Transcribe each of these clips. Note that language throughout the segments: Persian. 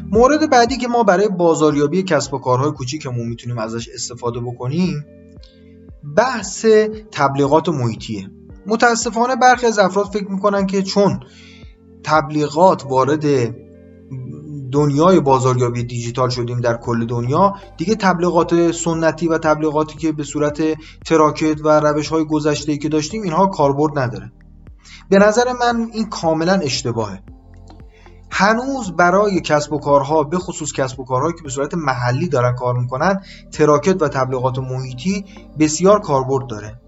مورد بعدی که ما برای بازاریابی کسب و کارهای کوچیکمون میتونیم ازش استفاده بکنیم بحث تبلیغات محیطیه. متاسفانه برخی از افراد فکر میکنن که چون تبلیغات وارد دنیای بازاریابی دیجیتال شدیم در کل دنیا، دیگه تبلیغات سنتی و تبلیغاتی که به صورت تراکت و روش‌های گذشته‌ای که داشتیم اینها کاربرد نداره. به نظر من این کاملا اشتباهه. هنوز برای کسب و کارها، به خصوص کسب و کارهایی که به صورت محلی دارن کار میکنن، تراکت و تبلیغات محیطی بسیار کاربرد داره.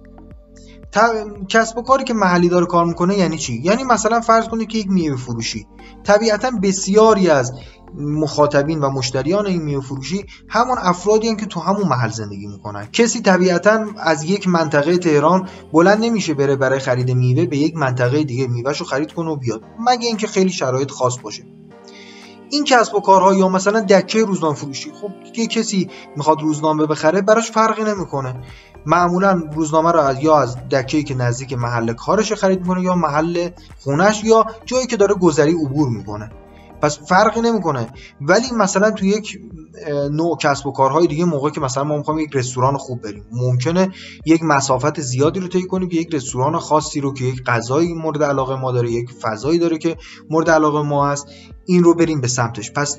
کسب و کاری که محلی داره کار میکنه یعنی چی؟ یعنی مثلا فرض کنید که یک میوه فروشی، طبیعتا بسیاری از مخاطبین و مشتریان این میوه فروشی همون افرادی هستند که تو همون محل زندگی میکنن. کسی طبیعتا از یک منطقه تهران بلند نمیشه بره برای خرید میوه به یک منطقه دیگه میوهشو خرید کنه و بیاد، مگه اینکه خیلی شرایط خاص باشه. این کسب و کارها یا مثلا دکه روزنامه فروشی، خب دیگه کسی میخواد روزنامه بخره براش فرقی نمیکنه، معمولا روزنامه رو یا از دکه‌ای که نزدیک محل کارش خرید میکنه یا محل خونش یا جایی که داره گذری عبور میکنه، پس فرقی نمیکنه. ولی مثلا تو یک نوع کسب و کارهای دیگه، موقعی که مثلا ما میخوایم یک رستوران خوب بریم، ممکنه یک مسافت زیادی رو طی کنیم که یک رستوران خاصی رو که یک غذایی مورد علاقه ما داره، یک فضایی داره که مورد علاقه ما هست، این رو بریم به سمتش. پس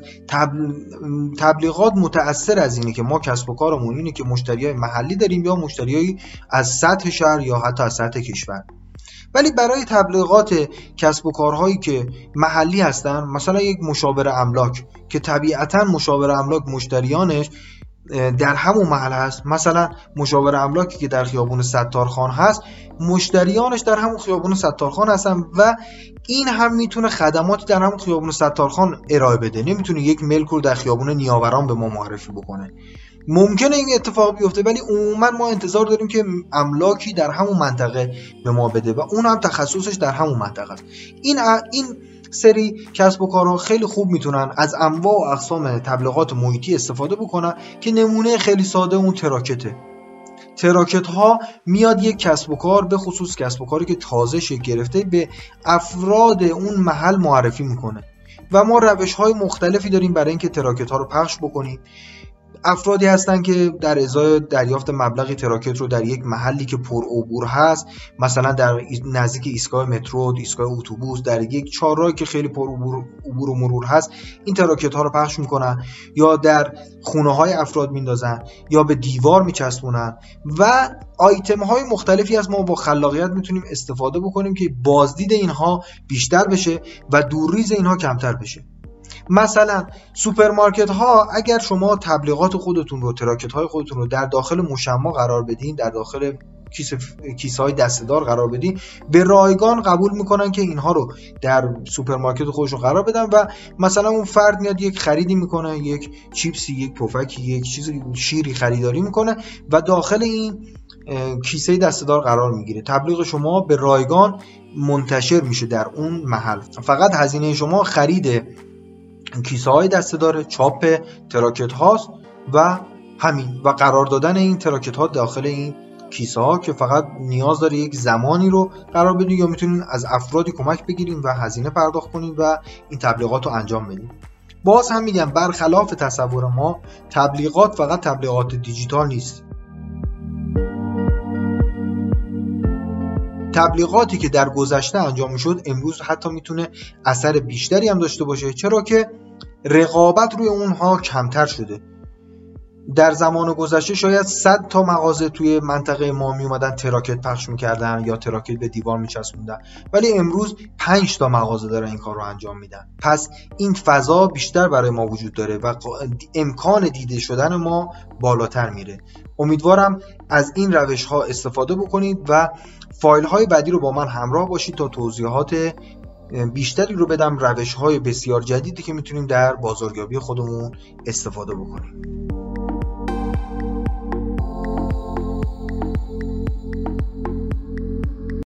تبلیغات متأثر از اینه که ما کسب و کارمون اینه که مشتریای محلی داریم یا مشتریایی از سطح شهر یا حتی از سطح کشور. ولی برای تبلیغات کسب و کارهایی که محلی هستن، مثلا یک مشاور املاک که طبیعتاً مشاور املاک مشتریانش در همون محل هست، مثلا مشاور املاکی که در خیابون ستارخان هست مشتریانش در همون خیابون ستارخان هستن و این هم میتونه خدماتی در همون خیابون ستارخان ارائه بده، نمیتونه یک ملک رو در خیابون نیاوران به ما معرفی بکنه. ممکنه این اتفاق بیفته ولی عموما ما انتظار داریم که املاکی در همون منطقه به ما بده و اون هم تخصصش در همون منطقه است. این سری کسب و کارها خیلی خوب میتونن از انواع و اقسام تبلیغات محیطی استفاده بکنن که نمونه خیلی ساده اون تراکته. تراکت ها میاد یک کسب و کار، به خصوص کسب و کاری که تازه شکل گرفته، به افراد اون محل معرفی میکنه و ما روش های مختلفی داریم برای اینکه تراکت ها رو پخش بکنیم. افرادی هستن که در ازای دریافت مبلغی تراکت رو در یک محلی که پر عبور هست، مثلا در نزدیک ایستگاه مترو، ایستگاه اتوبوس، در یک چهارراهی که خیلی پر عبور و مرور هست، این تراکت ها رو پخش میکنن یا در خونه های افراد میندازن یا به دیوار میچسبونن و آیتم های مختلفی از ما با خلاقیت میتونیم استفاده بکنیم که بازدید اینها بیشتر بشه و دورریز اینها کمتر بشه. مثلا سوپرمارکت ها اگر شما تبلیغات خودتون رو، تراکت های خودتون رو در داخل مشما قرار بدین، در داخل کیسه های دسته‌دار قرار بدین، به رایگان قبول میکنن که اینها رو در سوپرمارکت خودشون قرار بدن و مثلا اون فرد میاد یک خریدی میکنه، یک چیپسی، یک پفکی، یک چیز شیری خریداری میکنه و داخل این کیسه دسته‌دار قرار میگیره. تبلیغ شما به رایگان منتشر میشه در اون محل. فقط هزینه شما خرید کیسه های دسته‌دار، چاپ تراکت هاست و همین، و قرار دادن این تراکت ها داخل این کیسه ها که فقط نیاز داره یک زمانی رو قرار بدین یا میتونین از افرادی کمک بگیرین و هزینه پرداخت کنین و این تبلیغات رو انجام بدین. باز هم میگم برخلاف تصور ما، تبلیغات فقط تبلیغات دیجیتال نیست. تبلیغاتی که در گذشته انجام میشد امروز حتی میتونه اثر بیشتری هم داشته باشه، چرا که رقابت روی اونها کمتر شده. در زمان گذشته شاید 100 تا مغازه توی منطقه ما می اومدن تراکت پخش میکردن یا تراکت به دیوار میچسبوندن، ولی امروز 5 تا مغازه دارن این کار رو انجام میدن. پس این فضا بیشتر برای ما وجود داره و امکان دیده شدن ما بالاتر میره. امیدوارم از این روش ها استفاده بکنید و فایل های بعدی رو با من همراه باشید تا توضیحات بیشتری رو بدم، روش های بسیار جدیدی که میتونیم در بازاریابی خودمون استفاده بکنیم.